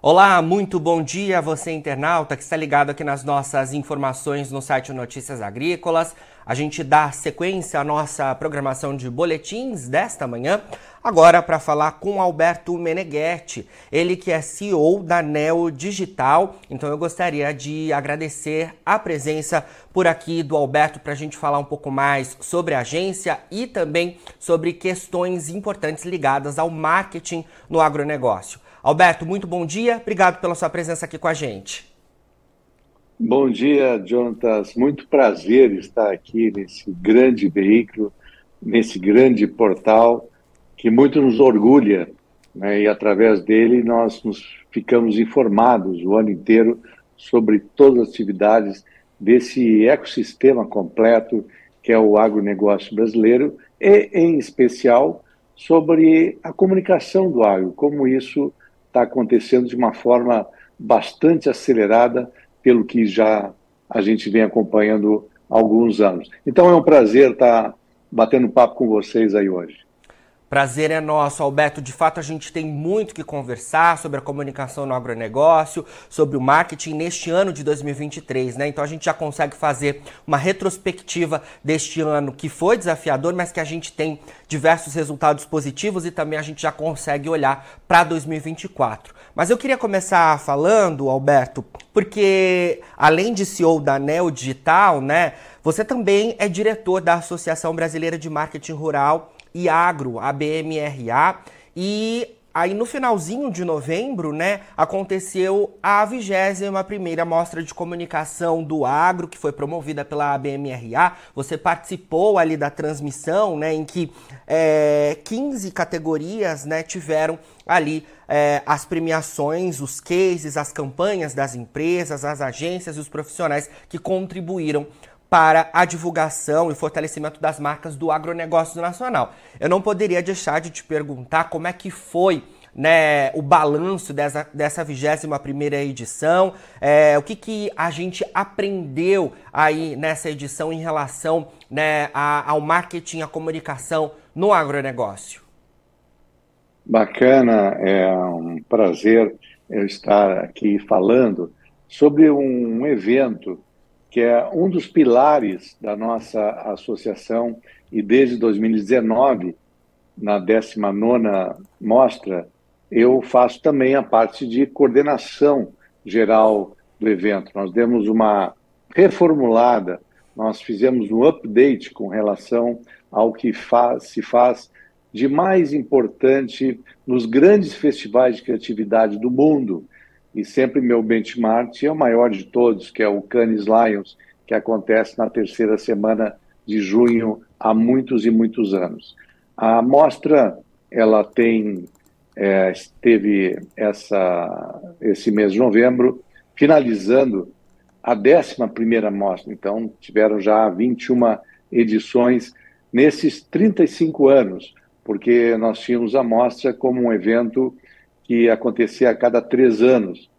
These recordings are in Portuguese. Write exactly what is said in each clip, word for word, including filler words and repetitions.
Olá, muito bom dia a você internauta que está ligado aqui nas nossas informações no site Notícias Agrícolas. A gente dá sequência à nossa programação de boletins desta manhã, agora para falar com Alberto Meneghetti, ele que é C E O da Neo Digital. Então eu gostaria de agradecer a presença por aqui do Alberto para a gente falar um pouco mais sobre a agência e também sobre questões importantes ligadas ao marketing no agronegócio. Alberto, muito bom dia. Obrigado pela sua presença aqui com a gente. Bom dia, Jonatas. Muito prazer estar aqui nesse grande veículo, nesse grande portal que muito nos orgulha, né? E através dele nós nos ficamos informados o ano inteiro sobre todas as atividades desse ecossistema completo que é o agronegócio brasileiro e, em especial, sobre a comunicação do agro, como isso está acontecendo de uma forma bastante acelerada, pelo que já a gente vem acompanhando há alguns anos. Então é um prazer estar batendo papo com vocês aí hoje. Prazer é nosso, Alberto. De fato, a gente tem muito que conversar sobre a comunicação no agronegócio, sobre o marketing neste ano de dois mil e vinte e três, né? Então a gente já consegue fazer uma retrospectiva deste ano que foi desafiador, mas que a gente tem diversos resultados positivos e também a gente já consegue olhar para dois mil e vinte e quatro. Mas eu queria começar falando, Alberto, porque além de C E O da Neo Digital, né, você também é diretor da Associação Brasileira de Marketing Rural e Agro, a B M R A, e aí no finalzinho de novembro, né, aconteceu a vigésima primeira Mostra de Comunicação do Agro, que foi promovida pela B M R A. Você participou ali da transmissão, né, em que é, quinze categorias, né, tiveram ali é, as premiações, os cases, as campanhas das empresas, as agências e os profissionais que contribuíram para a divulgação e fortalecimento das marcas do agronegócio nacional. Eu não poderia deixar de te perguntar como é que foi, né, o balanço dessa, dessa vigésima primeira edição, é, o que, que a gente aprendeu aí nessa edição em relação, né, a, ao marketing, à comunicação no agronegócio. Bacana, é um prazer eu estar aqui falando sobre um evento que é um dos pilares da nossa associação e desde dois mil e dezenove, na décima nona mostra, eu faço também a parte de coordenação geral do evento. Nós demos uma reformulada, nós fizemos um update com relação ao que faz, se faz de mais importante nos grandes festivais de criatividade do mundo. E sempre meu benchmark é o maior de todos, que é o Cannes Lions, que acontece na terceira semana de junho há muitos e muitos anos. A mostra, ela tem, é, teve essa, esse mês de novembro, finalizando a décima primeira mostra. Então, tiveram já vinte e uma edições nesses trinta e cinco anos, porque nós tínhamos a mostra como um evento que acontecia a cada três anos.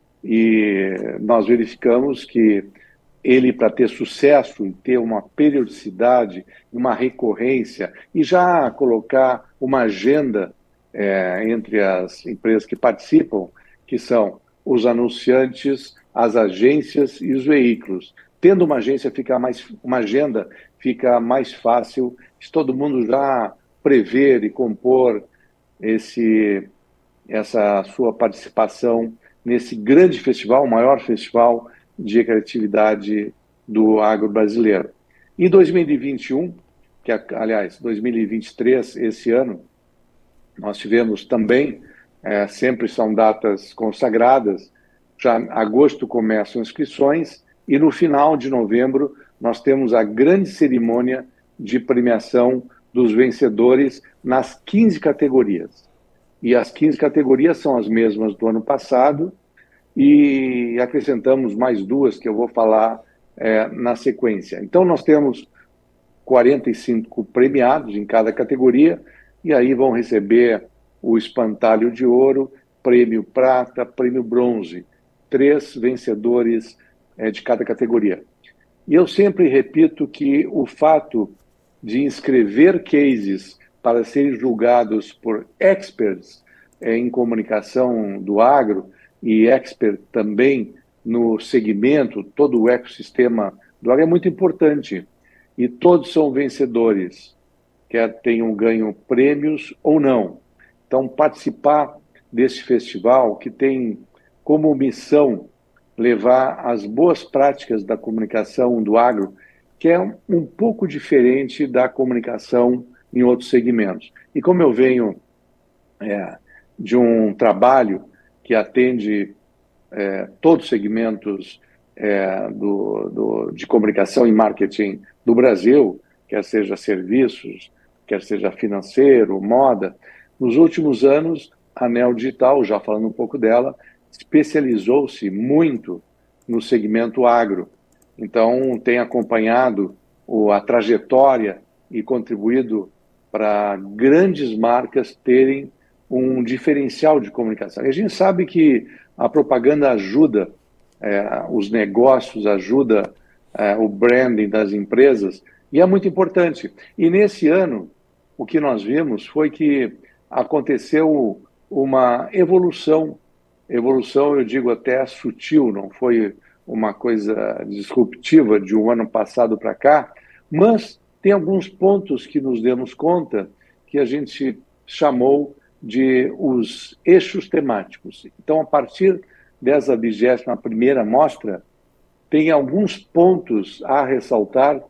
E nós verificamos que ele, para ter sucesso e ter uma periodicidade, uma recorrência, e já colocar uma agenda é, entre as empresas que participam, que são os anunciantes, as agências e os veículos. Tendo uma agência, fica mais, uma agenda, fica mais fácil de todo mundo já prever e compor esse... essa sua participação nesse grande festival, o maior festival de criatividade do agro brasileiro. Em dois mil e vinte e um, que aliás, dois mil e vinte e três, esse ano, nós tivemos também, é, sempre são datas consagradas, já em agosto começam inscrições e no final de novembro nós temos a grande cerimônia de premiação dos vencedores nas quinze categorias. E as quinze categorias são as mesmas do ano passado e acrescentamos mais duas que eu vou falar é, na sequência. Então, nós temos quarenta e cinco premiados em cada categoria e aí vão receber o espantalho de ouro, prêmio prata, prêmio bronze, três vencedores é, de cada categoria. E eu sempre repito que o fato de inscrever cases para serem julgados por experts em comunicação do agro e expert também no segmento, todo o ecossistema do agro é muito importante. E todos são vencedores, quer tenham ganho prêmios ou não. Então, participar desse festival, que tem como missão levar as boas práticas da comunicação do agro, que é um, um pouco diferente da comunicação em outros segmentos. E como eu venho é, de um trabalho que atende é, todos os segmentos é, do, do, de comunicação e marketing do Brasil, quer seja serviços, quer seja financeiro, moda, nos últimos anos, a Neo Digital, já falando um pouco dela, especializou-se muito no segmento agro. Então, tem acompanhado a trajetória e contribuído para grandes marcas terem um diferencial de comunicação. E a gente sabe que a propaganda ajuda é, os negócios, ajuda é, o branding das empresas, e é muito importante. E nesse ano, o que nós vimos foi que aconteceu uma evolução, evolução eu digo até sutil, não foi uma coisa disruptiva de um ano passado para cá, mas tem alguns pontos que nos demos conta que a gente chamou de os eixos temáticos. Então, a partir dessa vigésima primeira mostra, tem alguns pontos a ressaltar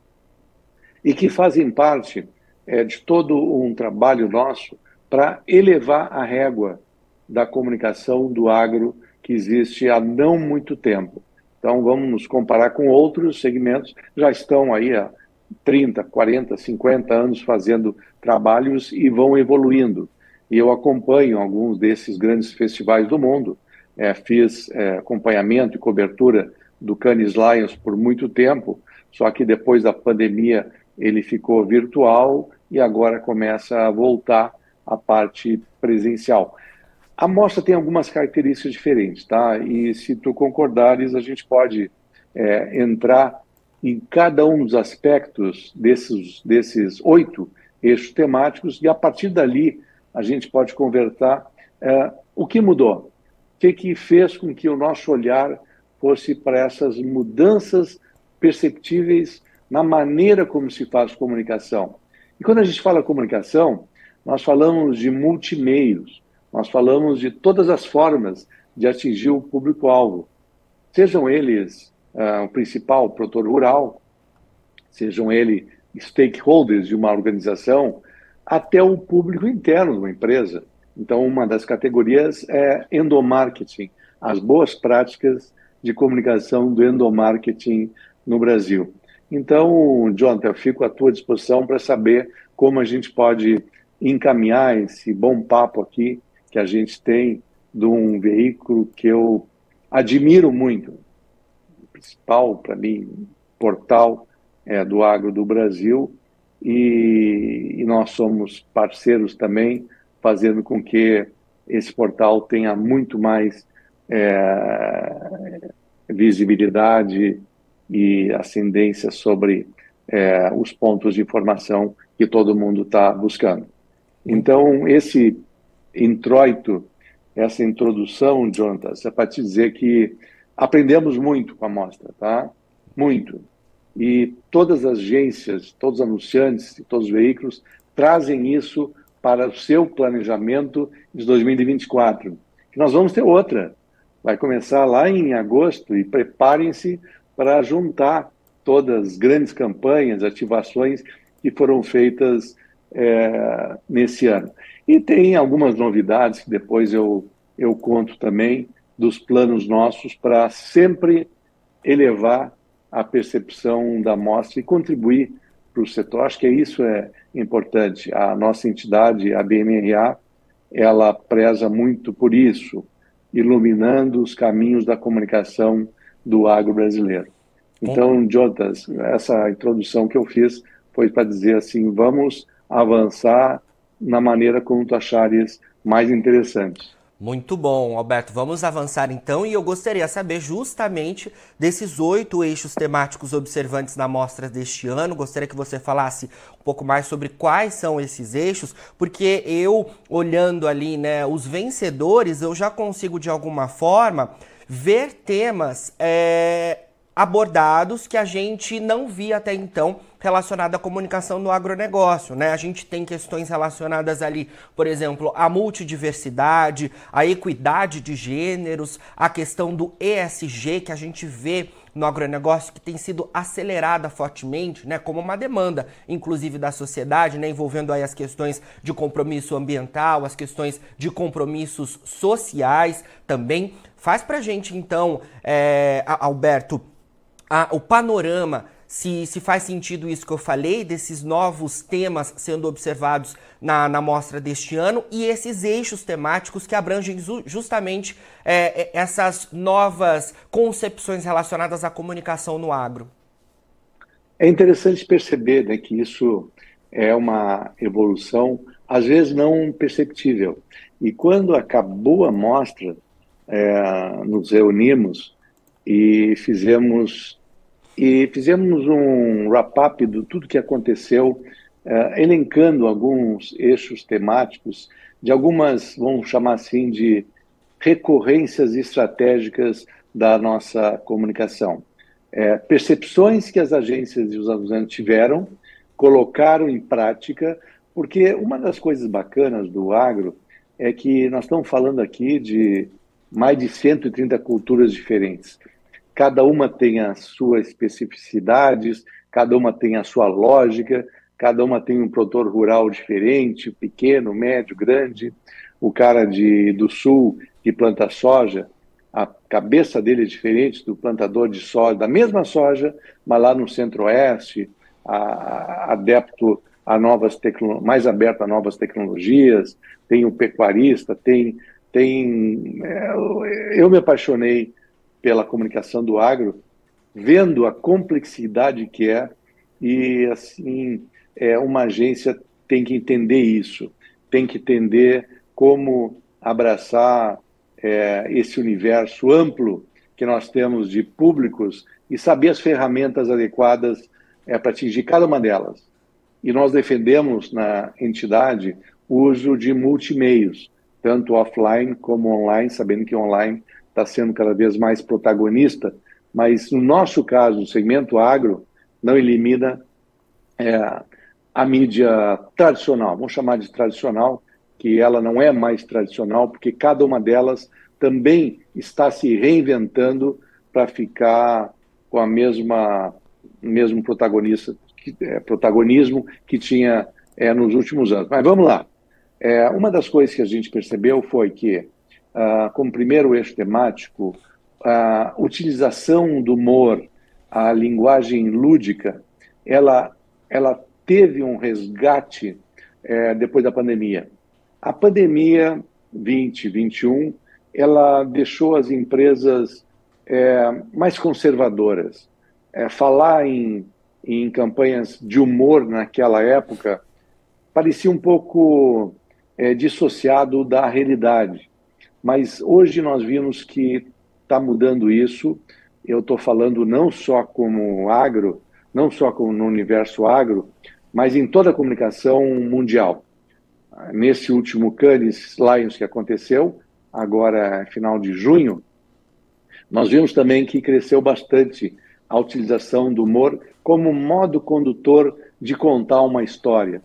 e que fazem parte é, de todo um trabalho nosso para elevar a régua da comunicação do agro que existe há não muito tempo. Então, vamos nos comparar com outros segmentos que já estão aí há trinta, quarenta, cinquenta anos fazendo trabalhos e vão evoluindo. E eu acompanho alguns desses grandes festivais do mundo. É, fiz é, acompanhamento e cobertura do Cannes Lions por muito tempo, só que depois da pandemia ele ficou virtual e agora começa a voltar à parte presencial. A mostra tem algumas características diferentes, tá? E se tu concordares, a gente pode é, entrar em cada um dos aspectos desses, desses oito eixos temáticos e a partir dali a gente pode conversar é, o que mudou, o que, que fez com que o nosso olhar fosse para essas mudanças perceptíveis na maneira como se faz comunicação. E quando a gente fala comunicação, nós falamos de multimeios, nós falamos de todas as formas de atingir o público-alvo, sejam eles uh, o principal produtor rural, sejam eles stakeholders de uma organização, até o público interno de uma empresa. Então, uma das categorias é endomarketing, as boas práticas de comunicação do endomarketing no Brasil. Então, Jonathan, eu fico à tua disposição para saber como a gente pode encaminhar esse bom papo aqui que a gente tem de um veículo que eu admiro muito. O principal, para mim, portal é, do agro do Brasil e, e nós somos parceiros também, fazendo com que esse portal tenha muito mais é, visibilidade e ascendência sobre é, os pontos de informação que todo mundo está buscando. Então, esse introito, essa introdução, Jonathan, é para te dizer que aprendemos muito com a mostra, tá? Muito. E todas as agências, todos os anunciantes e todos os veículos trazem isso para o seu planejamento de dois mil e vinte e quatro. Que nós vamos ter outra. Vai começar lá em agosto e preparem-se para juntar todas as grandes campanhas, ativações que foram feitas é, nesse ano. E tem algumas novidades que depois eu, eu conto também dos planos nossos para sempre elevar a percepção da mostra e contribuir para o setor. Acho que isso é importante. A nossa entidade, a B M R A, ela preza muito por isso, iluminando os caminhos da comunicação do agro brasileiro. Então, Jotas, essa introdução que eu fiz foi para dizer assim, vamos avançar na maneira como tu achares mais interessante. Muito bom, Alberto. Vamos avançar então e eu gostaria de saber justamente desses oito eixos temáticos observantes na mostra deste ano. Gostaria que você falasse um pouco mais sobre quais são esses eixos, porque eu, olhando ali, né, os vencedores, eu já consigo de alguma forma ver temas é, abordados que a gente não via até então relacionado à comunicação no agronegócio, né? A gente tem questões relacionadas ali, por exemplo, à multidiversidade, à equidade de gêneros, a questão do E S G, que a gente vê no agronegócio que tem sido acelerada fortemente, né, como uma demanda, inclusive da sociedade, né, envolvendo aí as questões de compromisso ambiental, as questões de compromissos sociais também. Faz pra gente, então, é, Alberto, a, o panorama, se, se faz sentido isso que eu falei, desses novos temas sendo observados na, na mostra deste ano e esses eixos temáticos que abrangem ju, justamente é, essas novas concepções relacionadas à comunicação no agro. É interessante perceber, né, que isso é uma evolução, às vezes não perceptível. E quando acabou a mostra, é, nos reunimos e fizemos... E fizemos um wrap-up de tudo que aconteceu, uh, elencando alguns eixos temáticos de algumas, vamos chamar assim, de recorrências estratégicas da nossa comunicação. É, percepções que as agências e os anunciantes tiveram, colocaram em prática, porque uma das coisas bacanas do agro é que nós estamos falando aqui de mais de cento e trinta culturas diferentes. Cada uma tem as suas especificidades, cada uma tem a sua lógica, cada uma tem um produtor rural diferente, pequeno, médio, grande. O cara de, do sul que planta soja, a cabeça dele é diferente do plantador de soja, da mesma soja, mas lá no centro-oeste, adepto a novas tecnologias, mais aberto a novas tecnologias, tem o pecuarista, tem... tem eu me apaixonei pela comunicação do agro, vendo a complexidade que é, e assim, é, uma agência tem que entender isso, tem que entender como abraçar é, esse universo amplo que nós temos de públicos e saber as ferramentas adequadas é, para atingir cada uma delas. E nós defendemos na entidade o uso de multimeios, tanto offline como online, sabendo que online está sendo cada vez mais protagonista, mas no nosso caso, o segmento agro não elimina é, a mídia tradicional, vamos chamar de tradicional, que ela não é mais tradicional, porque cada uma delas também está se reinventando para ficar com a mesma mesmo protagonista, que, é, protagonismo que tinha é, nos últimos anos. Mas vamos lá. É, uma das coisas que a gente percebeu foi que Uh, como primeiro eixo temático, a utilização do humor, a linguagem lúdica, ela, ela teve um resgate é, depois da pandemia. A pandemia vinte, vinte e um, ela deixou as empresas é, mais conservadoras. É, falar em, em campanhas de humor naquela época parecia um pouco é, dissociado da realidade. Mas hoje nós vimos que está mudando isso. Eu estou falando não só como agro, não só como no universo agro, mas em toda a comunicação mundial. Nesse último Cannes Lions que aconteceu, agora final de junho, nós vimos também que cresceu bastante a utilização do humor como modo condutor de contar uma história.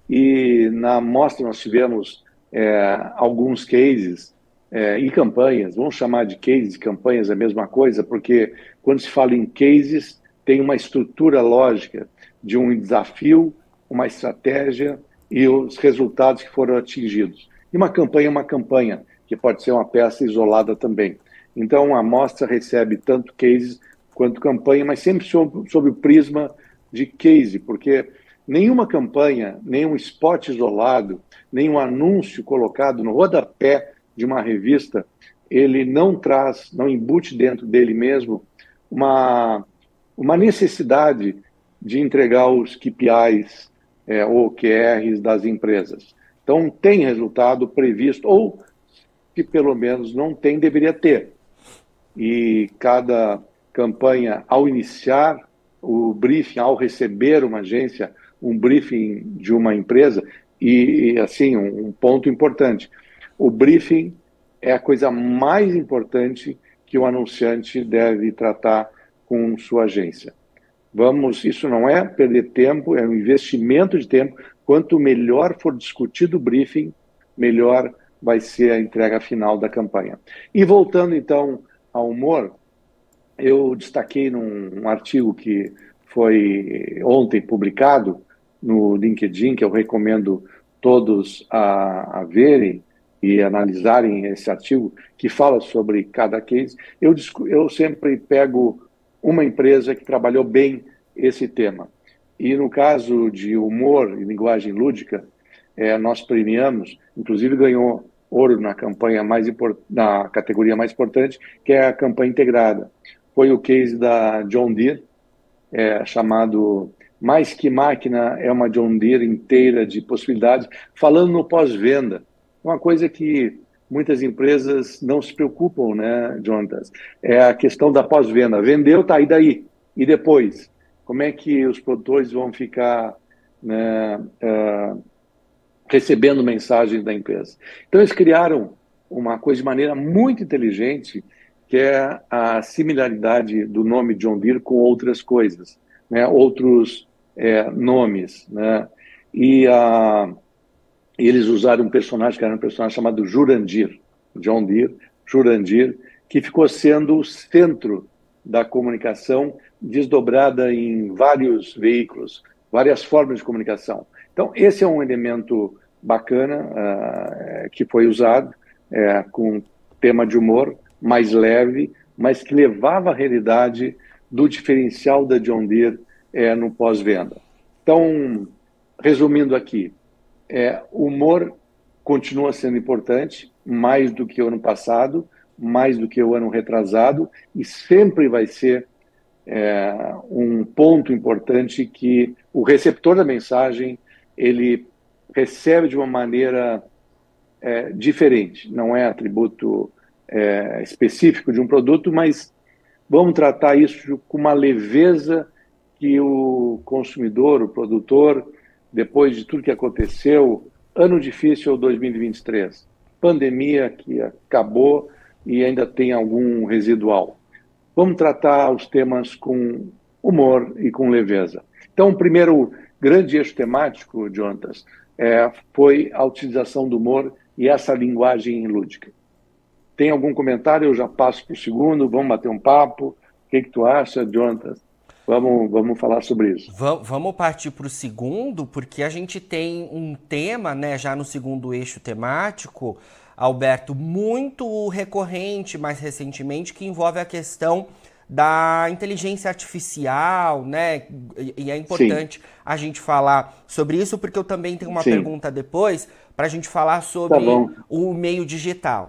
E na mostra nós tivemos é, alguns cases É, e campanhas, vamos chamar de cases e campanhas é a mesma coisa, porque quando se fala em cases, tem uma estrutura lógica de um desafio, uma estratégia e os resultados que foram atingidos. E uma campanha é uma campanha, que pode ser uma peça isolada também. Então, a mostra recebe tanto cases quanto campanha, mas sempre sob, sob o prisma de case, porque nenhuma campanha, nenhum spot isolado, nenhum anúncio colocado no rodapé de uma revista, ele não traz, não embute dentro dele mesmo uma, uma necessidade de entregar os K P Is é, ou Q Rs das empresas. Então, tem resultado previsto, ou se pelo menos não tem, deveria ter. E cada campanha, ao iniciar o briefing, ao receber uma agência, um briefing de uma empresa, e, e assim, um, um ponto importante, o briefing é a coisa mais importante que o anunciante deve tratar com sua agência. Vamos, isso não é perder tempo, é um investimento de tempo. Quanto melhor for discutido o briefing, melhor vai ser a entrega final da campanha. E voltando então ao humor, eu destaquei num um artigo que foi ontem publicado no LinkedIn, que eu recomendo todos a, a verem e analisarem esse artigo, que fala sobre cada case. Eu, eu sempre pego uma empresa que trabalhou bem esse tema. E no caso de humor e linguagem lúdica, é, nós premiamos, inclusive ganhou ouro na campanha mais na categoria mais importante, que é a campanha integrada. Foi o case da John Deere, é, chamado Mais que Máquina, é uma John Deere inteira de possibilidades, falando no pós-venda. Uma coisa que muitas empresas não se preocupam, né, Jonatas? É a questão da pós-venda. Vendeu, tá, e daí? E depois? Como é que os produtores vão ficar, né, uh, recebendo mensagens da empresa? Então, eles criaram uma coisa de maneira muito inteligente, que é a similaridade do nome John Deere com outras coisas, né, outros é, nomes, né? E a... E eles usaram um personagem, que era um personagem chamado Jurandir, John Deere, Jurandir, que ficou sendo o centro da comunicação, desdobrada em vários veículos, várias formas de comunicação. Então, esse é um elemento bacana uh, que foi usado, uh, com tema de humor mais leve, mas que levava a realidade do diferencial da John Deere uh, no pós-venda. Então, resumindo aqui, É, o humor continua sendo importante, mais do que o ano passado, mais do que o ano retrasado, e sempre vai ser é, um ponto importante que o receptor da mensagem ele recebe de uma maneira é, diferente. Não é atributo é, específico de um produto, mas vamos tratar isso com uma leveza que o consumidor, o produtor, depois de tudo que aconteceu, ano difícil dois mil e vinte e três, pandemia que acabou e ainda tem algum residual. Vamos tratar os temas com humor e com leveza. Então, o primeiro grande eixo temático, Jonatas, é, foi a utilização do humor e essa linguagem lúdica. Tem algum comentário? Eu já passo para o segundo, vamos bater um papo. O que, que tu acha, Jonatas? Vamos, vamos falar sobre isso. Vamos partir para o segundo, porque a gente tem um tema, né, já no segundo eixo temático, Alberto, muito recorrente mais recentemente, que envolve a questão da inteligência artificial, né? E é importante Sim. a gente falar sobre isso, porque eu também tenho uma Sim. pergunta depois para a gente falar sobre tá o meio digital.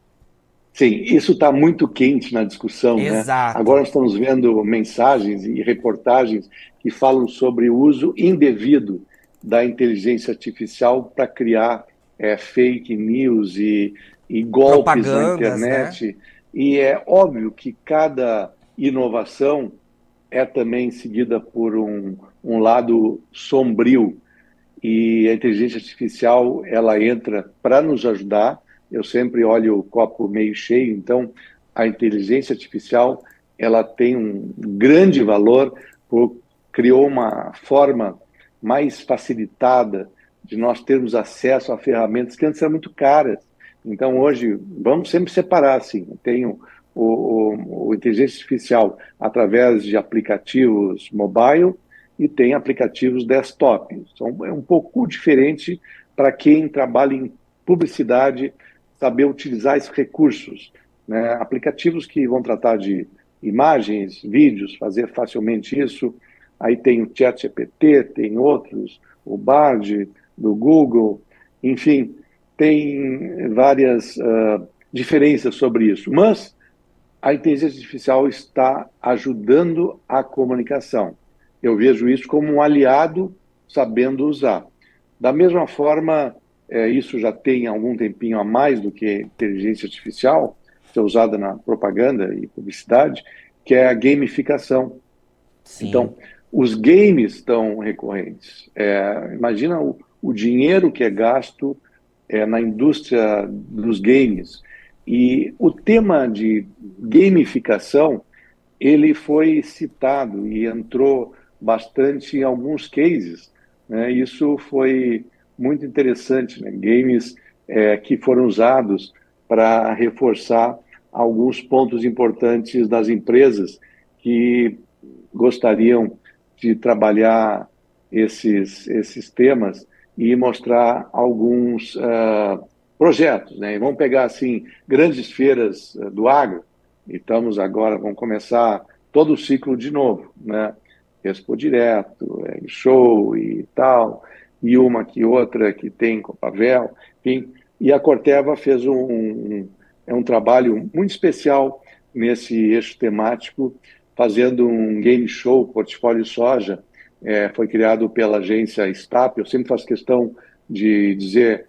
Sim, isso está muito quente na discussão, Exato. né? Agora estamos vendo mensagens e reportagens que falam sobre o uso indevido da inteligência artificial para criar é, fake news e, e golpes na internet. Né? E é óbvio que cada inovação é também seguida por um, um lado sombrio. E a inteligência artificial, ela entra para nos ajudar. Eu sempre olho o copo meio cheio, então a inteligência artificial ela tem um grande valor, por, criou uma forma mais facilitada de nós termos acesso a ferramentas que antes eram muito caras. Então hoje, vamos sempre separar, assim, tem o, o, o inteligência artificial através de aplicativos mobile e tem aplicativos desktop. Então é um pouco diferente para quem trabalha em publicidade, saber utilizar esses recursos, né? Aplicativos que vão tratar de imagens, vídeos, fazer facilmente isso. Aí tem o ChatGPT, tem outros, o Bard, do Google, enfim, tem várias uh, diferenças sobre isso. Mas a inteligência artificial está ajudando a comunicação. Eu vejo isso como um aliado sabendo usar. Da mesma forma, é, isso já tem algum tempinho a mais do que inteligência artificial, que é usada na propaganda e publicidade, que é a gamificação. Sim. Então, os games estão recorrentes. É, imagina o, o dinheiro que é gasto é, na indústria dos games. E o tema de gamificação, ele foi citado e entrou bastante em alguns cases, né? Isso foi muito interessante, né? Games é, que foram usados para reforçar alguns pontos importantes das empresas que gostariam de trabalhar esses, esses temas e mostrar alguns uh, projetos, né? E vamos pegar, assim, grandes feiras uh, do agro, e estamos agora, vamos começar todo o ciclo de novo, né? Expo Direto, é, show e tal, e uma que outra que tem Copavel, enfim. E a Corteva fez um, um, é um trabalho muito especial nesse eixo temático, fazendo um game show, Portfólio Soja, é, foi criado pela agência Stap. Eu sempre faço questão de dizer,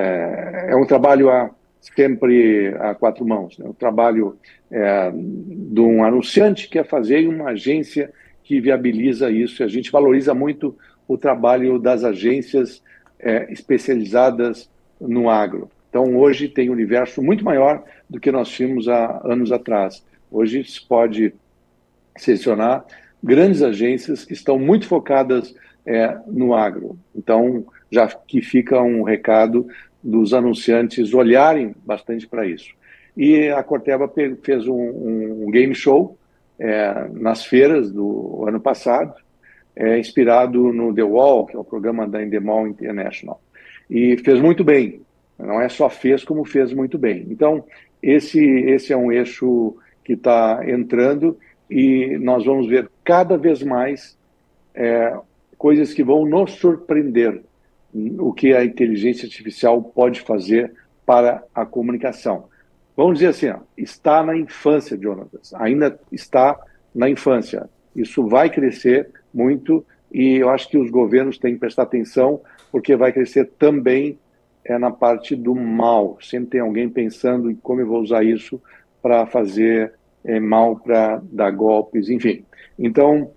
é, é um trabalho a, sempre a quatro mãos, né? Um trabalho é, de um anunciante que quer fazer e uma agência que viabiliza isso. E a gente valoriza muito o trabalho das agências é, especializadas no agro. Então, hoje tem um universo muito maior do que nós tínhamos há anos atrás. Hoje se pode selecionar grandes agências que estão muito focadas é, no agro. Então, já que fica um recado dos anunciantes olharem bastante para isso. E a Corteva fez um, um game show é, nas feiras do ano passado, é, inspirado no The Wall, que é o programa da Endemol International. E fez muito bem. Não é só fez, como fez muito bem. Então, esse, esse é um eixo que está entrando e nós vamos ver cada vez mais é, coisas que vão nos surpreender, o que a inteligência artificial pode fazer para a comunicação. Vamos dizer assim, ó, está na infância, Jonatas, ainda está na infância. Isso vai crescer muito e eu acho que os governos têm que prestar atenção, porque vai crescer também é, na parte do mal. Sempre tem alguém pensando em como eu vou usar isso para fazer é, mal, para dar golpes, enfim. Então,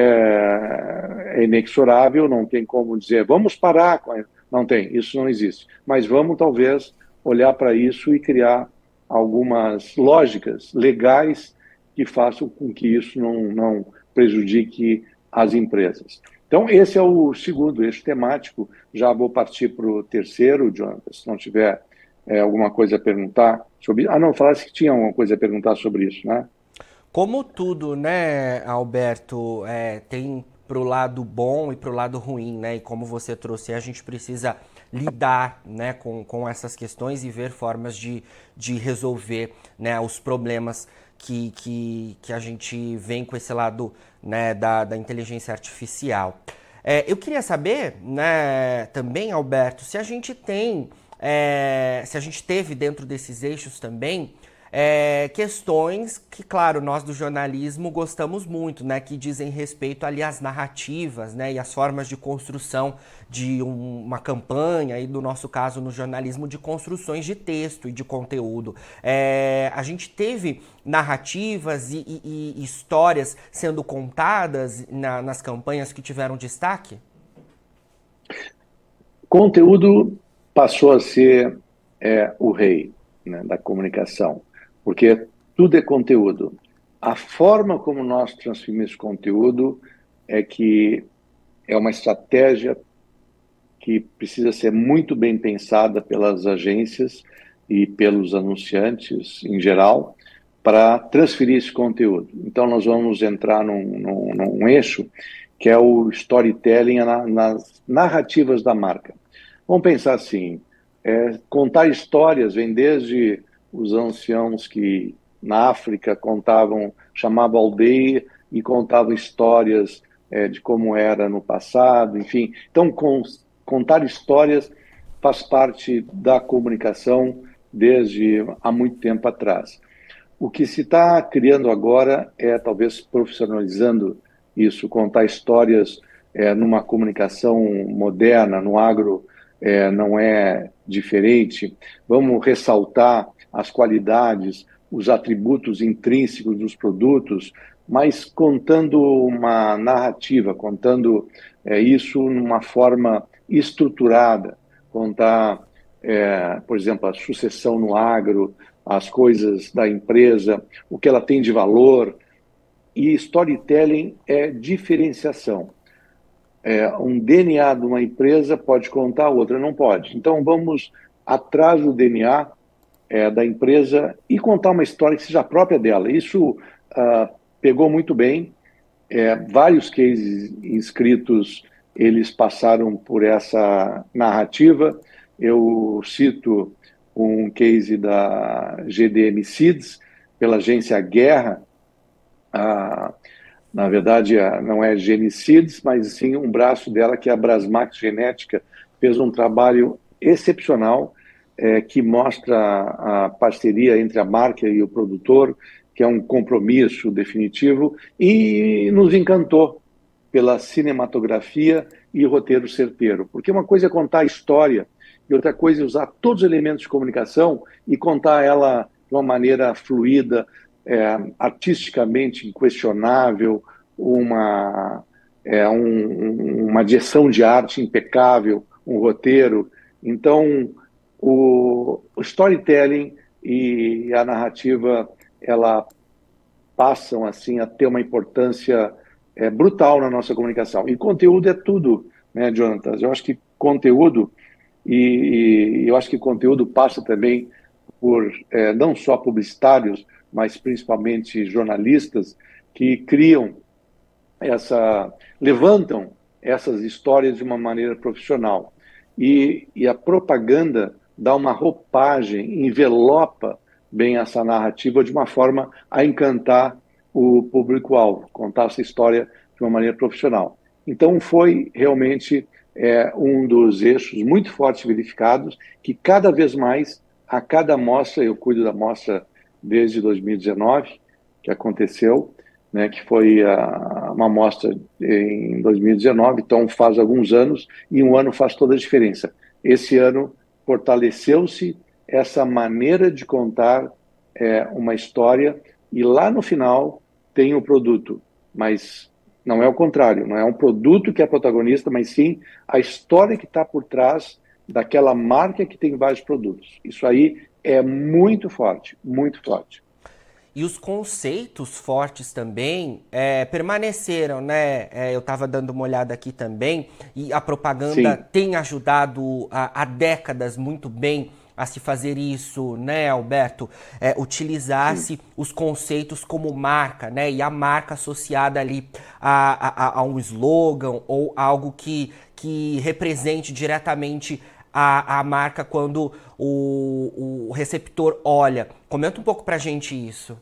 é, é inexorável, não tem como dizer, vamos parar com a... Não tem, isso não existe. Mas vamos, talvez, olhar para isso e criar algumas lógicas legais que façam com que isso não, não prejudique as empresas. Então, esse é o segundo eixo temático. Já vou partir para o terceiro, Jonathan, se não tiver é, alguma coisa a perguntar sobre... Ah, não, falasse que tinha alguma coisa a perguntar sobre isso, né? Como tudo, né, Alberto, é, tem pro lado bom e pro lado ruim, né? E como você trouxe, a gente precisa lidar, né, com, com essas questões e ver formas de, de resolver, né, os problemas que, que, que a gente vem com esse lado, né, da, da inteligência artificial. É, eu queria saber, né, também, Alberto, se a gente tem, é, se a gente teve dentro desses eixos também É, questões que, claro, nós do jornalismo gostamos muito, né, que dizem respeito ali às narrativas, né, e às formas de construção de um, uma campanha, e no nosso caso no jornalismo, de construções de texto e de conteúdo. É, a gente teve narrativas e, e, e histórias sendo contadas na, nas campanhas que tiveram destaque? Conteúdo passou a ser é, o rei, né, da comunicação, porque tudo é conteúdo. A forma como nós transferimos esse conteúdo é que é uma estratégia que precisa ser muito bem pensada pelas agências e pelos anunciantes em geral para transferir esse conteúdo. Então nós vamos entrar num, num, num eixo que é o storytelling na, nas narrativas da marca. Vamos pensar assim, é, contar histórias vem desde os anciãos que na África contavam, chamavam aldeia e contavam histórias é, de como era no passado, enfim. Então, com, contar histórias faz parte da comunicação desde há muito tempo atrás. O que se está criando agora é, talvez, profissionalizando isso, contar histórias é, numa comunicação moderna, no agro, é, não é diferente. Vamos ressaltar as qualidades, os atributos intrínsecos dos produtos, mas contando uma narrativa, contando é, isso numa forma estruturada, contar, é, por exemplo, a sucessão no agro, as coisas da empresa, o que ela tem de valor. E storytelling é diferenciação. É, um D N A de uma empresa pode contar, a outra não pode. Então vamos atrás do D N A é, da empresa e contar uma história que seja própria dela. Isso ah, pegou muito bem. É, vários cases inscritos, eles passaram por essa narrativa. Eu cito um case da G D M Seeds, pela agência Guerra. Ah, na verdade, não é Genicides, mas sim um braço dela, que é a Brasmax Genética, fez um trabalho excepcional é, que mostra a parceria entre a marca e o produtor, que é um compromisso definitivo, e nos encantou pela cinematografia e roteiro certeiro. Porque uma coisa é contar a história e outra coisa é usar todos os elementos de comunicação e contar ela de uma maneira fluida, É, artisticamente inquestionável, uma, é, um, uma direção de arte impecável, um roteiro. Então, o, o storytelling e a narrativa, ela passam assim a ter uma importância é, brutal na nossa comunicação. E conteúdo é tudo, né, Jonathan? Eu acho que conteúdo, e, e eu acho que conteúdo passa também por é, não só publicitários, mas principalmente jornalistas que criam essa, levantam essas histórias de uma maneira profissional. E, e a propaganda dá uma roupagem, envelopa bem essa narrativa de uma forma a encantar o público-alvo, contar essa história de uma maneira profissional. Então foi realmente é, um dos eixos muito fortes verificados, que cada vez mais, a cada mostra, eu cuido da mostra desde dois mil e dezenove, que aconteceu, né, que foi a, uma amostra em dois mil e dezenove, então faz alguns anos, e um ano faz toda a diferença. Esse ano fortaleceu-se essa maneira de contar é, uma história, e lá no final tem o produto, mas não é o contrário, não é um produto que é protagonista, mas sim a história que está por trás daquela marca que tem vários produtos. Isso aí é muito forte, muito forte. E os conceitos fortes também é, permaneceram, né? É, eu estava dando uma olhada aqui também, e a propaganda Sim. tem ajudado há décadas muito bem a se fazer isso, né, Alberto? É, utilizar-se os conceitos como marca, né? E a marca associada ali a, a, a um slogan ou algo que, que represente diretamente A, a marca quando o, o receptor olha. Comenta um pouco pra gente isso.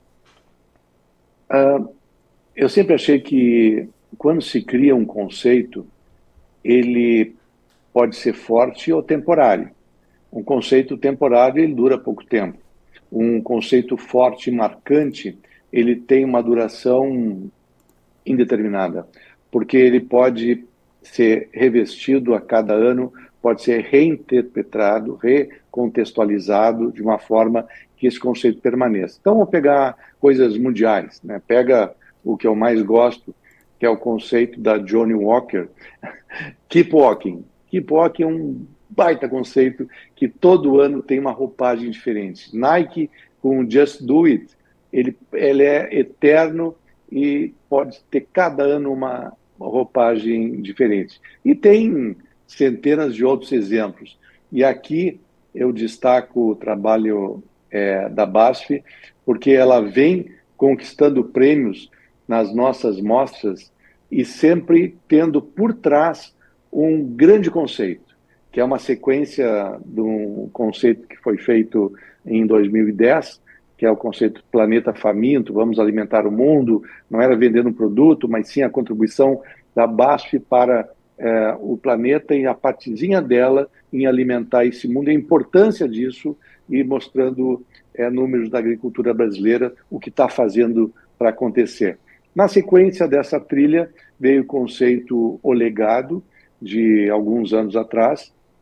Uh, eu sempre achei que quando se cria um conceito, ele pode ser forte ou temporário. Um conceito temporário, ele dura pouco tempo. Um conceito forte e marcante, ele tem uma duração indeterminada, porque ele pode ser revestido a cada ano, pode ser reinterpretado, recontextualizado de uma forma que esse conceito permaneça. Então, vou pegar coisas mundiais, né? Pega o que eu mais gosto, que é o conceito da Johnny Walker, Keep Walking. Keep Walking é um baita conceito que todo ano tem uma roupagem diferente. Nike, com Just Do It, ele, ele é eterno e pode ter cada ano uma, uma roupagem diferente. E tem centenas de outros exemplos. E aqui eu destaco o trabalho é, da B A S F, porque ela vem conquistando prêmios nas nossas mostras e sempre tendo por trás um grande conceito, que é uma sequência de um conceito que foi feito em dois mil e dez, que é o conceito Planeta Faminto, vamos alimentar o mundo. Não era vendendo um produto, mas sim a contribuição da B A S F para é, o planeta e a partezinha dela em alimentar esse mundo, a importância disso, e mostrando é, números da agricultura brasileira, o que está fazendo para acontecer. Na sequência dessa trilha, veio o conceito O Legado, de alguns anos atrás,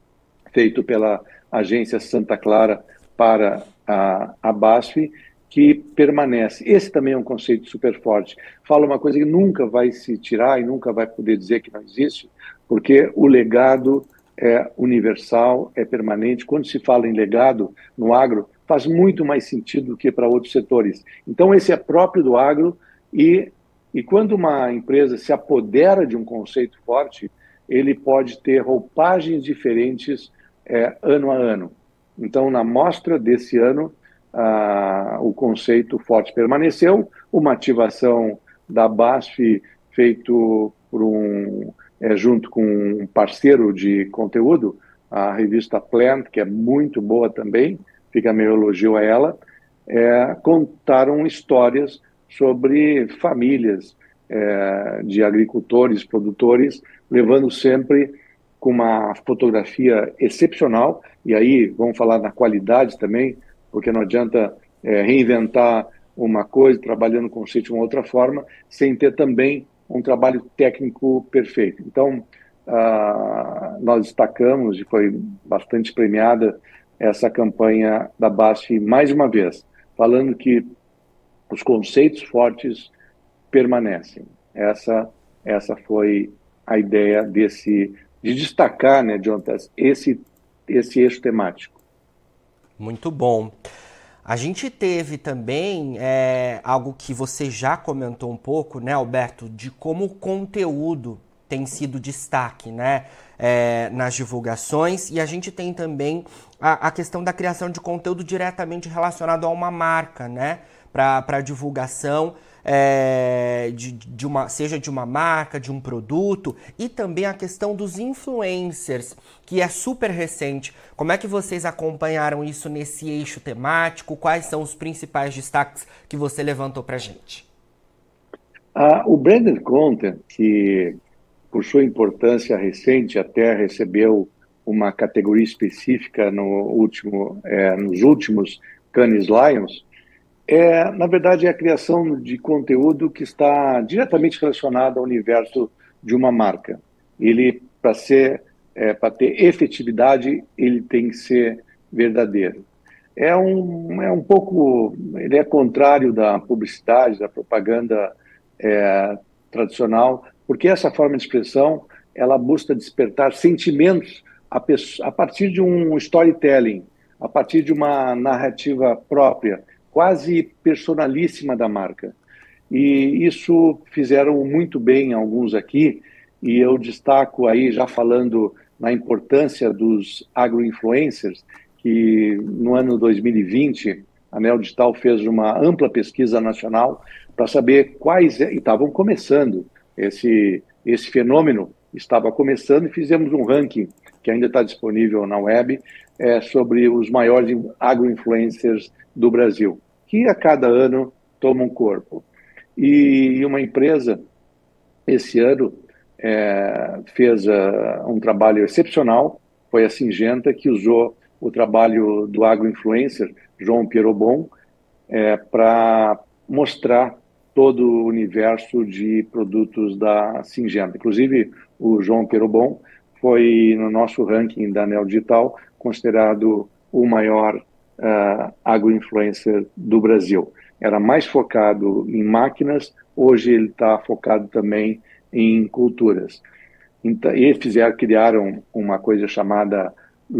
feito pela agência Santa Clara para a, a BASF, que permanece. Esse também é um conceito super forte. Fala uma coisa que nunca vai se tirar e nunca vai poder dizer que não existe, porque o legado é universal, é permanente. Quando se fala em legado no agro, faz muito mais sentido do que para outros setores. Então, esse é próprio do agro e, e quando uma empresa se apodera de um conceito forte, ele pode ter roupagens diferentes é, ano a ano. Então, na mostra desse ano, ah, o conceito forte permaneceu, uma ativação da BASF feito por um, é, junto com um parceiro de conteúdo, a revista Plant, que é muito boa também, fica meu elogio a ela, é, contaram histórias sobre famílias é, de agricultores, produtores, levando sempre com uma fotografia excepcional, e aí vamos falar na qualidade também, porque não adianta é, reinventar uma coisa, trabalhando o conceito de uma outra forma, sem ter também um trabalho técnico perfeito. Então, ah, nós destacamos, e foi bastante premiada, essa campanha da BASF mais uma vez, falando que os conceitos fortes permanecem. Essa, essa foi a ideia desse, de destacar, né, Jonas, esse, esse eixo temático. Muito bom. A gente teve também é, algo que você já comentou um pouco, né, Alberto, de como o conteúdo tem sido destaque, né, é, nas divulgações, e a gente tem também a, a questão da criação de conteúdo diretamente relacionado a uma marca, né, para divulgação, é, de, de uma, seja de uma marca, de um produto, e também a questão dos influencers, que é super recente. Como é que vocês acompanharam isso nesse eixo temático? Quais são os principais destaques que você levantou para a gente? Ah, o branded content, que por sua importância recente até recebeu uma categoria específica no último, é, nos últimos Cannes Lions, é, na verdade, é a criação de conteúdo que está diretamente relacionado ao universo de uma marca. Ele, para ser, é, para ter efetividade, ele tem que ser verdadeiro. É um, é um pouco, ele é contrário da publicidade, da propaganda é, tradicional, porque essa forma de expressão, ela busca despertar sentimentos a, a partir de um storytelling, a partir de uma narrativa própria, quase personalíssima da marca. E isso fizeram muito bem alguns aqui, e eu destaco aí, já falando na importância dos agroinfluencers, que no ano dois mil e vinte, a Neo Digital fez uma ampla pesquisa nacional para saber quais, e estavam começando, esse, esse fenômeno estava começando, e fizemos um ranking, que ainda está disponível na web, é, sobre os maiores agroinfluencers do Brasil, que a cada ano tomam corpo. E uma empresa, esse ano, é, fez uh, um trabalho excepcional, foi a Syngenta, que usou o trabalho do agroinfluencer, João Pierobon, é, para mostrar todo o universo de produtos da Syngenta. Inclusive, o João Pierobon foi, no nosso ranking da Neo Digital, considerado o maior uh, agroinfluencer do Brasil. Era mais focado em máquinas, hoje ele está focado também em culturas. Então, e fizeram, criaram uma coisa chamada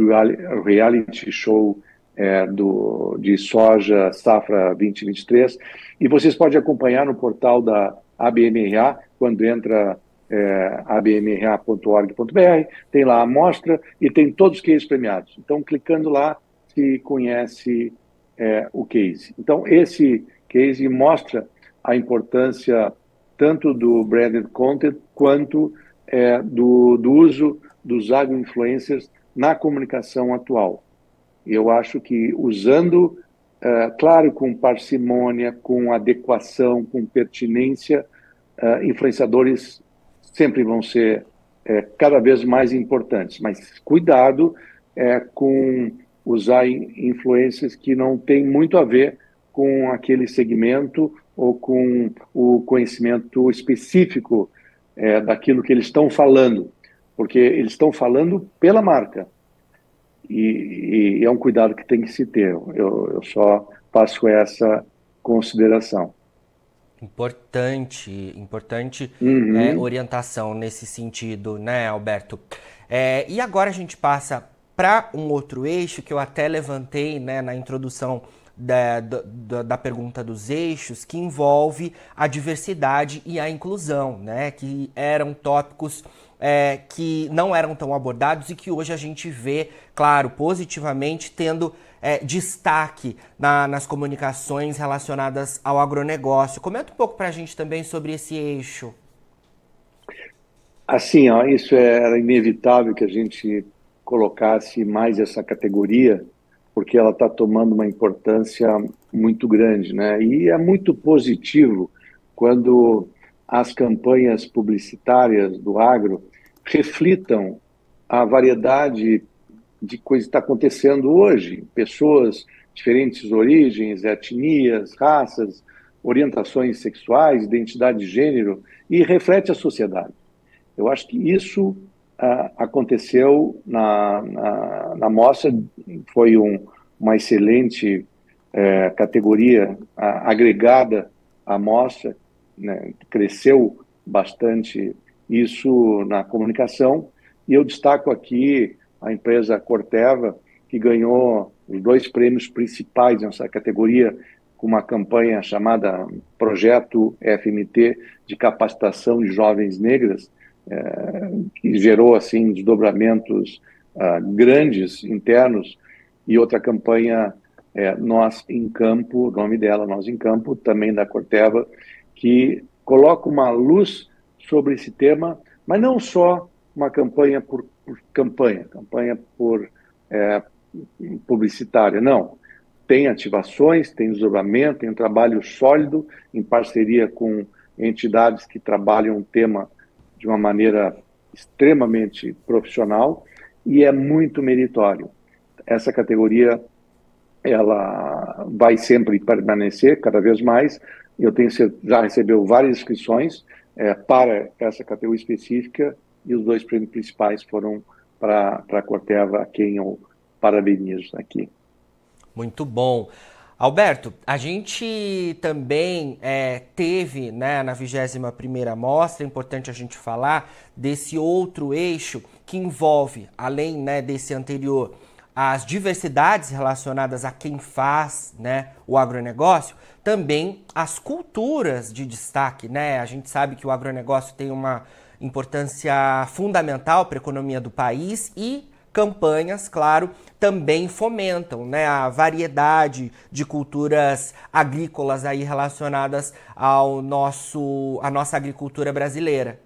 Reality Show é, do, de soja safra vinte e vinte e três, e vocês podem acompanhar no portal da A B M R A, quando entra é, a b m r a ponto org ponto b r, tem lá a amostra e tem todos os cases premiados. Então, clicando lá, se conhece é, o case. Então, esse case mostra a importância tanto do branded content quanto é, do, do uso dos agroinfluencers na comunicação atual. Eu acho que usando, é, claro, com parcimônia, com adequação, com pertinência, é, influenciadores sempre vão ser é, cada vez mais importantes, mas cuidado é, com usar influências que não têm muito a ver com aquele segmento ou com o conhecimento específico é, daquilo que eles estão falando, porque eles estão falando pela marca. e, e é um cuidado que tem que se ter. Eu, eu só faço essa consideração. Importante, importante é, Uhum. orientação nesse sentido, né, Alberto? É, e agora a gente passa para um outro eixo que eu até levantei, né, na introdução da, da, da pergunta dos eixos, que envolve a diversidade e a inclusão, né, que eram tópicos é, que não eram tão abordados e que hoje a gente vê, claro, positivamente, tendo é, destaque na, nas comunicações relacionadas ao agronegócio. Comenta um pouco para a gente também sobre esse eixo. Assim, ó, isso era inevitável que a gente colocasse mais essa categoria, porque ela está tomando uma importância muito grande, né? E é muito positivo quando as campanhas publicitárias do agro reflitam a variedade de coisas que está acontecendo hoje. Pessoas, diferentes origens, etnias, raças, orientações sexuais, identidade de gênero, e reflete a sociedade. Eu acho que isso ah, aconteceu na, na, na mostra, foi um, uma excelente eh, categoria ah, agregada à mostra, né? Cresceu bastante isso na comunicação, e eu destaco aqui a empresa Corteva, que ganhou os dois prêmios principais nessa categoria, com uma campanha chamada Projeto F M T de Capacitação de Jovens Negras, é, que gerou assim desdobramentos uh, grandes internos, e outra campanha é, Nós em Campo, o nome dela, Nós em Campo, também da Corteva, que coloca uma luz sobre esse tema, mas não só uma campanha por, por campanha, campanha por é, publicitária, não. Tem ativações, tem desdobramento, tem um trabalho sólido em parceria com entidades que trabalham o tema de uma maneira extremamente profissional, e é muito meritório. Essa categoria, ela vai sempre permanecer cada vez mais. Eu tenho já recebeu várias inscrições é, para essa categoria específica, e os dois prêmios principais foram para a Corteva, a quem eu parabenizo aqui. Muito bom. Alberto, a gente também é, teve, né, na vigésima primeira mostra, é importante a gente falar desse outro eixo que envolve, além, né, desse anterior, as diversidades relacionadas a quem faz, né, o agronegócio, também as culturas de destaque, né? A gente sabe que o agronegócio tem uma importância fundamental para a economia do país, e campanhas, claro, também fomentam, né, a variedade de culturas agrícolas aí relacionadas ao nosso, à nossa agricultura brasileira.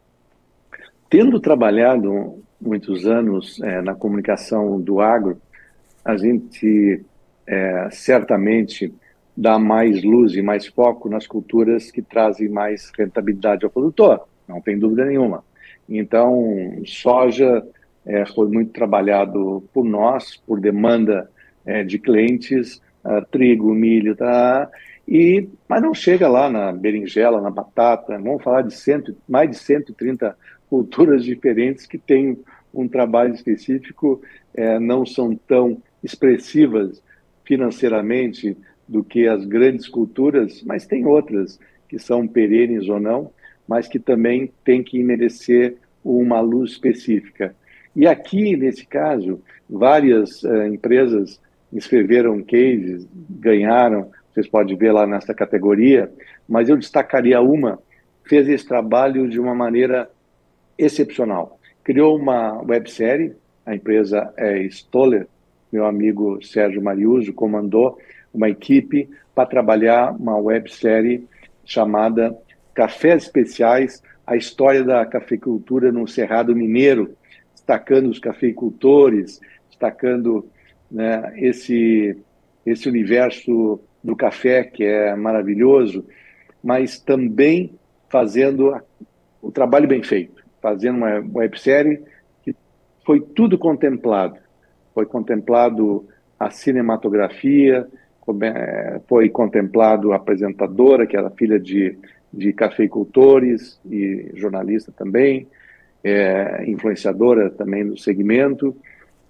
Tendo trabalhado muitos anos é, na comunicação do agro, a gente é, certamente dá mais luz e mais foco nas culturas que trazem mais rentabilidade ao produtor, não tem dúvida nenhuma. Então, soja É, foi muito trabalhado por nós, por demanda é, de clientes, uh, trigo, milho, tá? E, mas não chega lá na berinjela, na batata. Vamos falar de cento, mais de cento e trinta culturas diferentes que têm um trabalho específico, é, não são tão expressivas financeiramente do que as grandes culturas, mas tem outras que são perenes ou não, mas que também têm que merecer uma luz específica. E aqui, nesse caso, várias uh, empresas inscreveram cases, ganharam, vocês podem ver lá nessa categoria, mas eu destacaria uma, fez esse trabalho de uma maneira excepcional. Criou uma websérie, a empresa é Stoller, meu amigo Sérgio Mariuso comandou uma equipe para trabalhar uma websérie chamada Cafés Especiais, a história da cafeicultura no Cerrado Mineiro, destacando os cafeicultores, destacando, né, esse, esse universo do café que é maravilhoso, mas também fazendo o trabalho bem feito, fazendo uma websérie que foi tudo contemplado. Foi contemplado a cinematografia, foi contemplado a apresentadora, que era filha de, de cafeicultores e jornalista também, É, influenciadora também do segmento,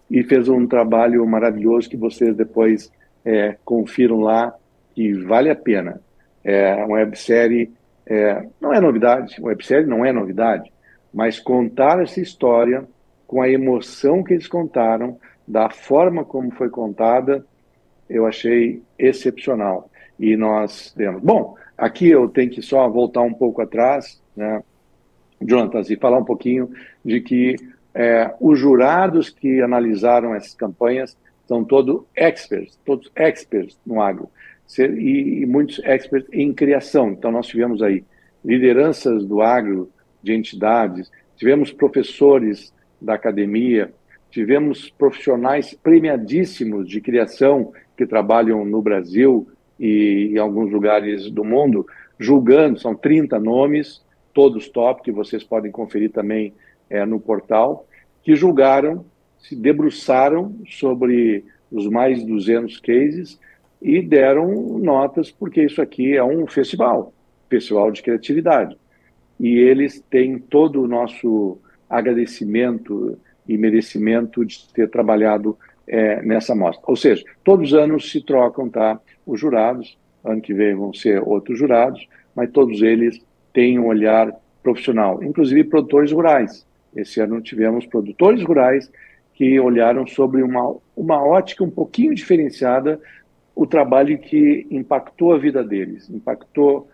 e fez um trabalho maravilhoso que vocês depois é, confiram lá, que vale a pena. É uma websérie, é, não é novidade, websérie não é novidade, mas contar essa história com a emoção que eles contaram, da forma como foi contada, eu achei excepcional. E nós temos... Bom, aqui eu tenho que só voltar um pouco atrás, né, Jonatas, e falar um pouquinho de que é, os jurados que analisaram essas campanhas são todos experts, todos experts no agro, e, e muitos experts em criação. Então nós tivemos aí lideranças do agro, de entidades, tivemos professores da academia, tivemos profissionais premiadíssimos de criação que trabalham no Brasil e em alguns lugares do mundo, julgando, são trinta nomes, todos top, que vocês podem conferir também é, no portal, que julgaram, se debruçaram sobre os mais de duzentos cases e deram notas, porque isso aqui é um festival, festival de criatividade. E eles têm todo o nosso agradecimento e merecimento de ter trabalhado é, nessa mostra. Ou seja, todos os anos se trocam, tá, os jurados, ano que vem vão ser outros jurados, mas todos eles têm um olhar profissional, inclusive produtores rurais. Esse ano tivemos produtores rurais que olharam sobre uma, uma ótica um pouquinho diferenciada o trabalho que impactou a vida deles, impactou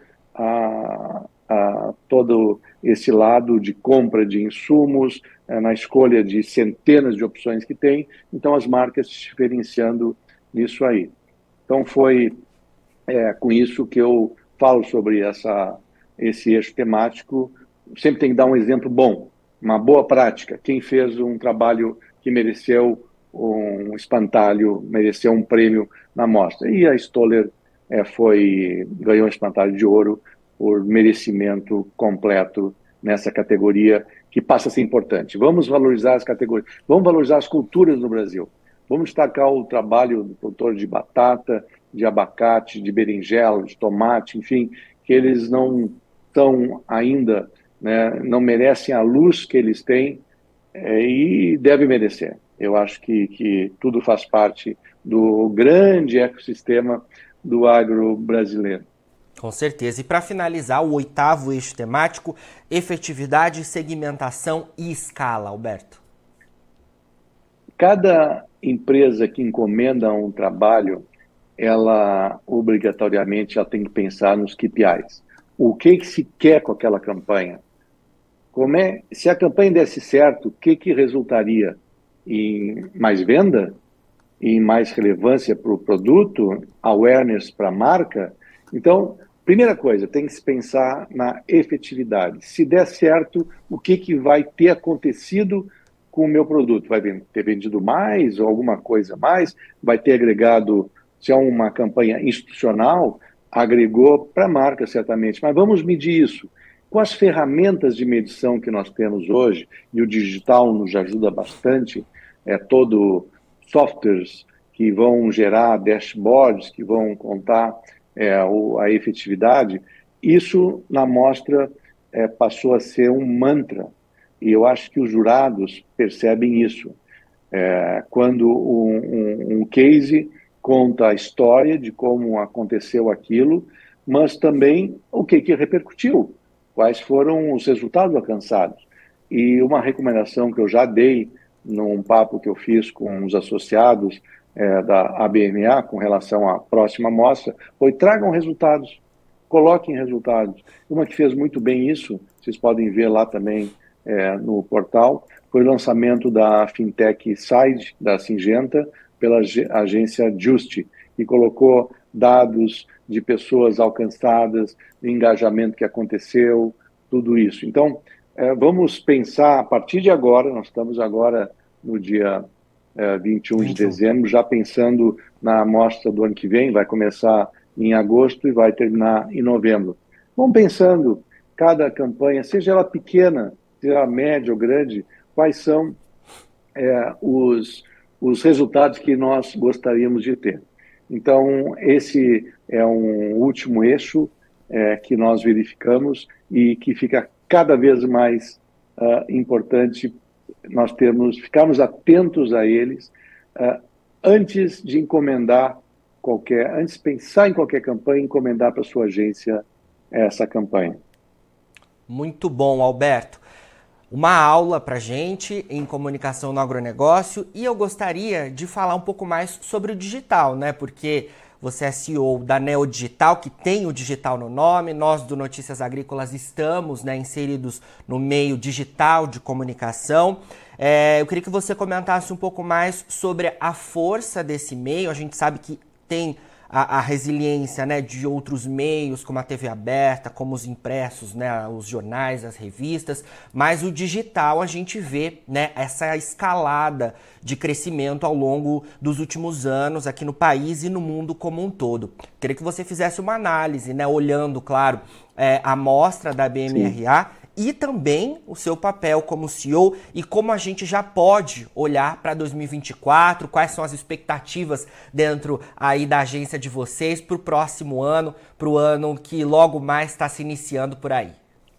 a, a todo esse lado de compra de insumos, na escolha de centenas de opções que tem, então as marcas se diferenciando nisso aí. Então foi é, com isso que eu falo sobre essa, esse eixo temático. Sempre tem que dar um exemplo bom, uma boa prática. Quem fez um trabalho que mereceu um espantalho, mereceu um prêmio na mostra. E a Stoller é, foi, ganhou um espantalho de ouro por merecimento completo nessa categoria, que passa a ser importante. Vamos valorizar as categorias, vamos valorizar as culturas no Brasil. Vamos destacar o trabalho do produtor de batata, de abacate, de berinjela, de tomate, enfim, que eles não estão ainda, né, não merecem a luz que eles têm é, e devem merecer. Eu acho que, que tudo faz parte do grande ecossistema do agro brasileiro. Com certeza. E para finalizar, o oitavo eixo temático, efetividade, segmentação e escala, Alberto. Cada empresa que encomenda um trabalho, ela obrigatoriamente já tem que pensar nos K P Is. O que, que se quer com aquela campanha? Como é, se a campanha desse certo, o que, que resultaria em mais venda, em mais relevância para o produto, awareness para a marca? Então, primeira coisa, tem que se pensar na efetividade. Se der certo, o que, que vai ter acontecido com o meu produto? Vai ter vendido mais ou alguma coisa mais? Vai ter agregado, se é uma campanha institucional, agregou para a marca, certamente. Mas vamos medir isso. Com as ferramentas de medição que nós temos hoje, e o digital nos ajuda bastante, é todo softwares que vão gerar dashboards, que vão contar é, o, a efetividade, isso na mostra é, passou a ser um mantra. E eu acho que os jurados percebem isso. É, quando um, um, um case conta a história de como aconteceu aquilo, mas também o que, que repercutiu, quais foram os resultados alcançados. E uma recomendação que eu já dei num papo que eu fiz com os associados é, da A B M A com relação à próxima mostra, foi tragam resultados, coloquem resultados. Uma que fez muito bem isso, vocês podem ver lá também é, no portal, foi o lançamento da Fintech Side, da Syngenta, pela agência Just, que colocou dados de pessoas alcançadas, de engajamento que aconteceu, tudo isso. Então, é, vamos pensar, a partir de agora, nós estamos agora no dia é, vinte e um de dezembro, já pensando na amostra do ano que vem, vai começar em agosto e vai terminar em novembro. Vamos pensando, cada campanha, seja ela pequena, seja ela média ou grande, quais são é, os, os resultados que nós gostaríamos de ter. Então, esse é um último eixo é, que nós verificamos e que fica cada vez mais uh, importante nós temos, ficarmos atentos a eles uh, antes de encomendar qualquer, antes de pensar em qualquer campanha, encomendar para a sua agência essa campanha. Muito bom, Alberto. Uma aula para gente em comunicação no agronegócio, e eu gostaria de falar um pouco mais sobre o digital, né? Porque você é C E O da Neo Digital, que tem o digital no nome. Nós do Notícias Agrícolas estamos, né, inseridos no meio digital de comunicação. É, eu queria que você comentasse um pouco mais sobre a força desse meio. A gente sabe que tem a, a resiliência, né, de outros meios, como a T V aberta, como os impressos, né, os jornais, as revistas, mas o digital a gente vê, né, essa escalada de crescimento ao longo dos últimos anos aqui no país e no mundo como um todo. Queria que você fizesse uma análise, né, olhando, claro, é, a amostra da B M R A, sim, e também o seu papel como C E O e como a gente já pode olhar para dois mil e vinte e quatro, quais são as expectativas dentro aí da agência de vocês para o próximo ano, para o ano que logo mais está se iniciando por aí.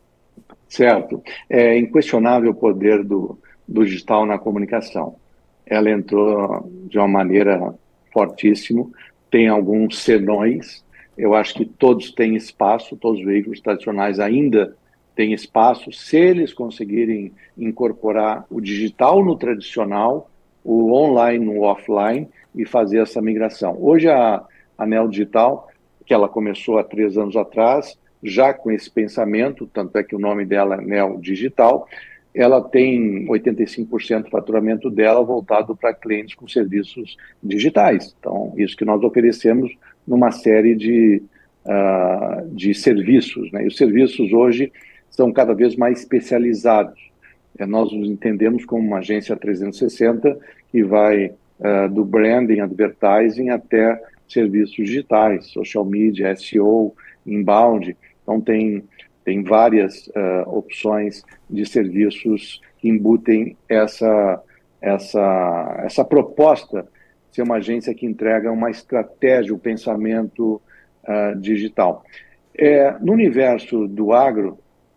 Certo. É inquestionável o poder do, do digital na comunicação. Ela entrou de uma maneira fortíssima, tem alguns senões, eu acho que todos têm espaço, todos os veículos tradicionais ainda tem espaço, se eles conseguirem incorporar o digital no tradicional, o online no offline e fazer essa migração. Hoje a, a Neo Digital, que ela começou há três anos atrás, já com esse pensamento, tanto é que o nome dela é Neo Digital, ela tem oitenta e cinco por cento do faturamento dela voltado para clientes com serviços digitais. Então, isso que nós oferecemos numa série de, uh, de serviços, né? E os serviços hoje são cada vez mais especializados. É, nós nos entendemos como uma agência trezentos e sessenta que vai uh, do branding, advertising, até serviços digitais, social media, S E O, inbound. Então, tem, tem várias uh, opções de serviços que embutem essa, essa, essa proposta de ser uma agência que entrega uma estratégia, um pensamento uh, digital. É, no universo do agro,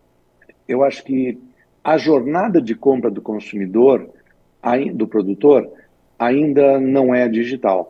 eu acho que a jornada de compra do consumidor, do produtor, ainda não é digital.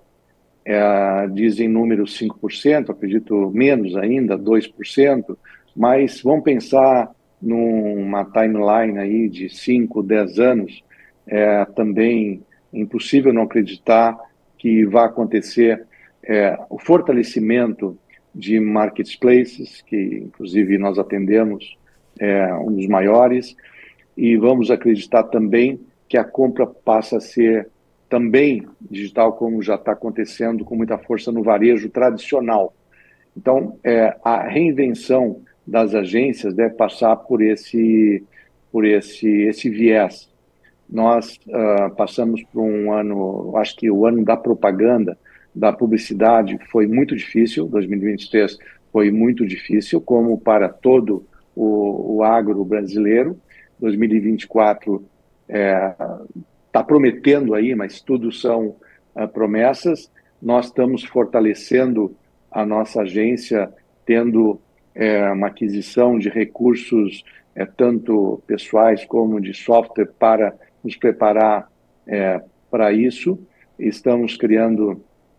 É, dizem números cinco por cento, acredito menos ainda, dois por cento, mas vamos pensar numa timeline aí de cinco, dez anos, é também impossível não acreditar que vai acontecer é, o fortalecimento de marketplaces, que inclusive nós atendemos, é um dos maiores, e vamos acreditar também que a compra passa a ser também digital, como já está acontecendo com muita força no varejo tradicional. Então, é, a reinvenção das agências deve passar por esse, por esse, esse viés. Nós uh, passamos por um ano, acho que o ano da propaganda, da publicidade, foi muito difícil, dois mil e vinte e três foi muito difícil, como para todo O, o agro brasileiro. Dois mil e vinte e quatro está é, prometendo aí, mas tudo são uh, promessas. Nós estamos fortalecendo a nossa agência, tendo é, uma aquisição de recursos, é, tanto pessoais como de software, para nos preparar é, para isso. Estamos criando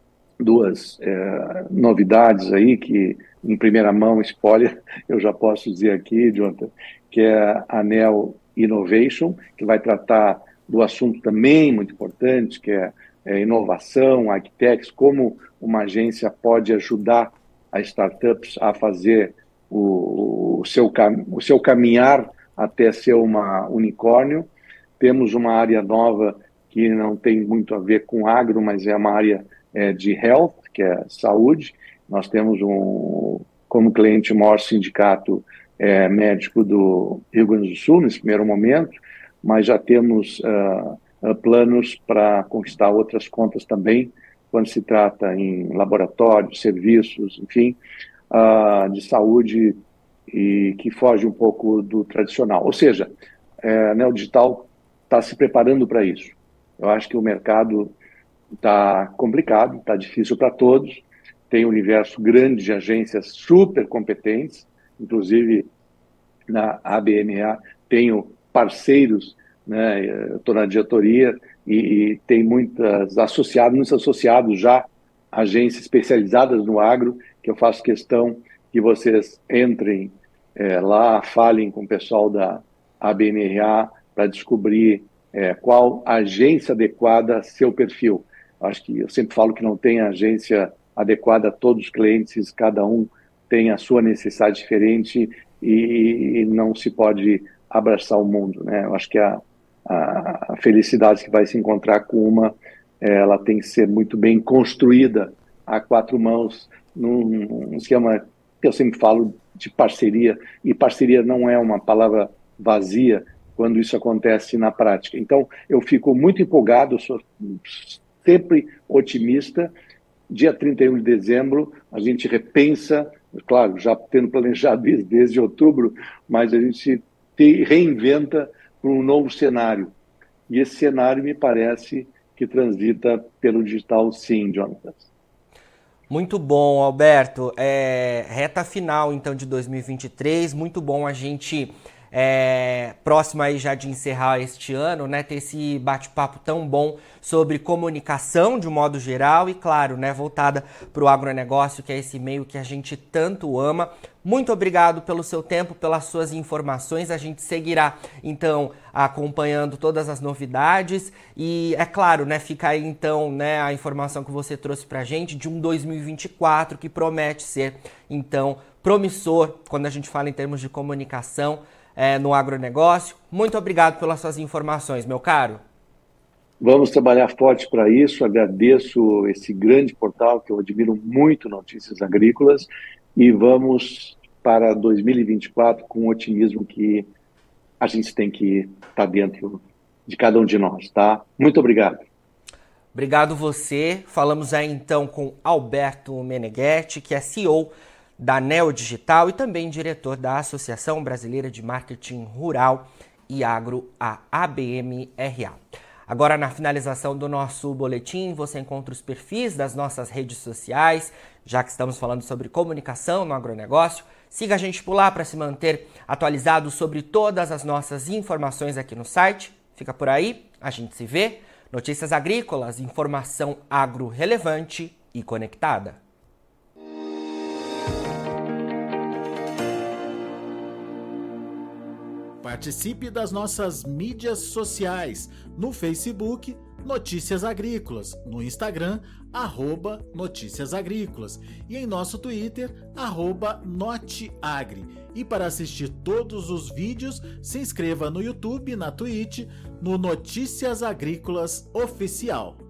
duas é, novidades aí que, em primeira mão, spoiler, eu já posso dizer aqui, Jonathan, que é a Neo Innovation, que vai tratar do assunto também muito importante, que é, é inovação, agtechs, como uma agência pode ajudar as startups a fazer o, o, seu, o seu caminhar até ser uma unicórnio. Temos uma área nova que não tem muito a ver com agro, mas é uma área é, de health, que é saúde. Nós temos um, como cliente o maior sindicato é, médico do Rio Grande do Sul, nesse primeiro momento, mas já temos uh, uh, planos para conquistar outras contas também, quando se trata em laboratórios, serviços, enfim, uh, de saúde, e que foge um pouco do tradicional. Ou seja, é, né, o digital está se preparando para isso. Eu acho que o mercado está complicado, está difícil para todos, tem um universo grande de agências super competentes, inclusive na A B M A tenho parceiros né? Eu estou na diretoria e, e tem muitas associadas, muitos associados já, agências especializadas no agro, que eu faço questão que vocês entrem é, lá, falem com o pessoal da A B N R A para descobrir é, qual agência adequada a seu perfil. Acho que eu sempre falo que não tem agência adequada a todos os clientes, cada um tem a sua necessidade diferente e, e não se pode abraçar o mundo, né? Eu acho que a, a, a felicidade que vai se encontrar com uma, ela tem que ser muito bem construída a quatro mãos, num, num esquema que eu sempre falo de parceria, e parceria não é uma palavra vazia quando isso acontece na prática. Então, eu fico muito empolgado, sou sempre otimista. Dia trinta e um de dezembro, a gente repensa, claro, já tendo planejado desde, desde outubro, mas a gente te, reinventa para um novo cenário. E esse cenário me parece que transita pelo digital, sim, Jonathan. Muito bom, Alberto. É, reta final, então, de dois mil e vinte e três. Muito bom a gente, é, próximo aí já de encerrar este ano, né, ter esse bate-papo tão bom sobre comunicação de um modo geral e, claro, né, voltada para o agronegócio, que é esse meio que a gente tanto ama. Muito obrigado pelo seu tempo, pelas suas informações. A gente seguirá, então, acompanhando todas as novidades. E, é claro, né, fica aí, então, né, a informação que você trouxe para a gente de um dois mil e vinte e quatro que promete ser, então, promissor quando a gente fala em termos de comunicação é, no agronegócio. Muito obrigado pelas suas informações, meu caro. Vamos trabalhar forte para isso. Agradeço esse grande portal que eu admiro muito, Notícias Agrícolas, e vamos para dois mil e vinte e quatro com o otimismo que a gente tem que estar dentro de cada um de nós, tá? Muito obrigado. Obrigado você. Falamos aí então com Alberto Meneghetti, que é C E O da Neo Digital e também diretor da Associação Brasileira de Marketing Rural e Agro, a A B M R A. Agora, na finalização do nosso boletim, você encontra os perfis das nossas redes sociais, já que estamos falando sobre comunicação no agronegócio. Siga a gente por lá para se manter atualizado sobre todas as nossas informações aqui no site. Fica por aí, a gente se vê. Notícias Agrícolas, informação agro relevante e conectada. Participe das nossas mídias sociais, no Facebook, Notícias Agrícolas, no Instagram, arroba Notícias Agrícolas e em nosso Twitter, arroba Noteagri. E para assistir todos os vídeos, se inscreva no YouTube, na Twitch, no Notícias Agrícolas Oficial.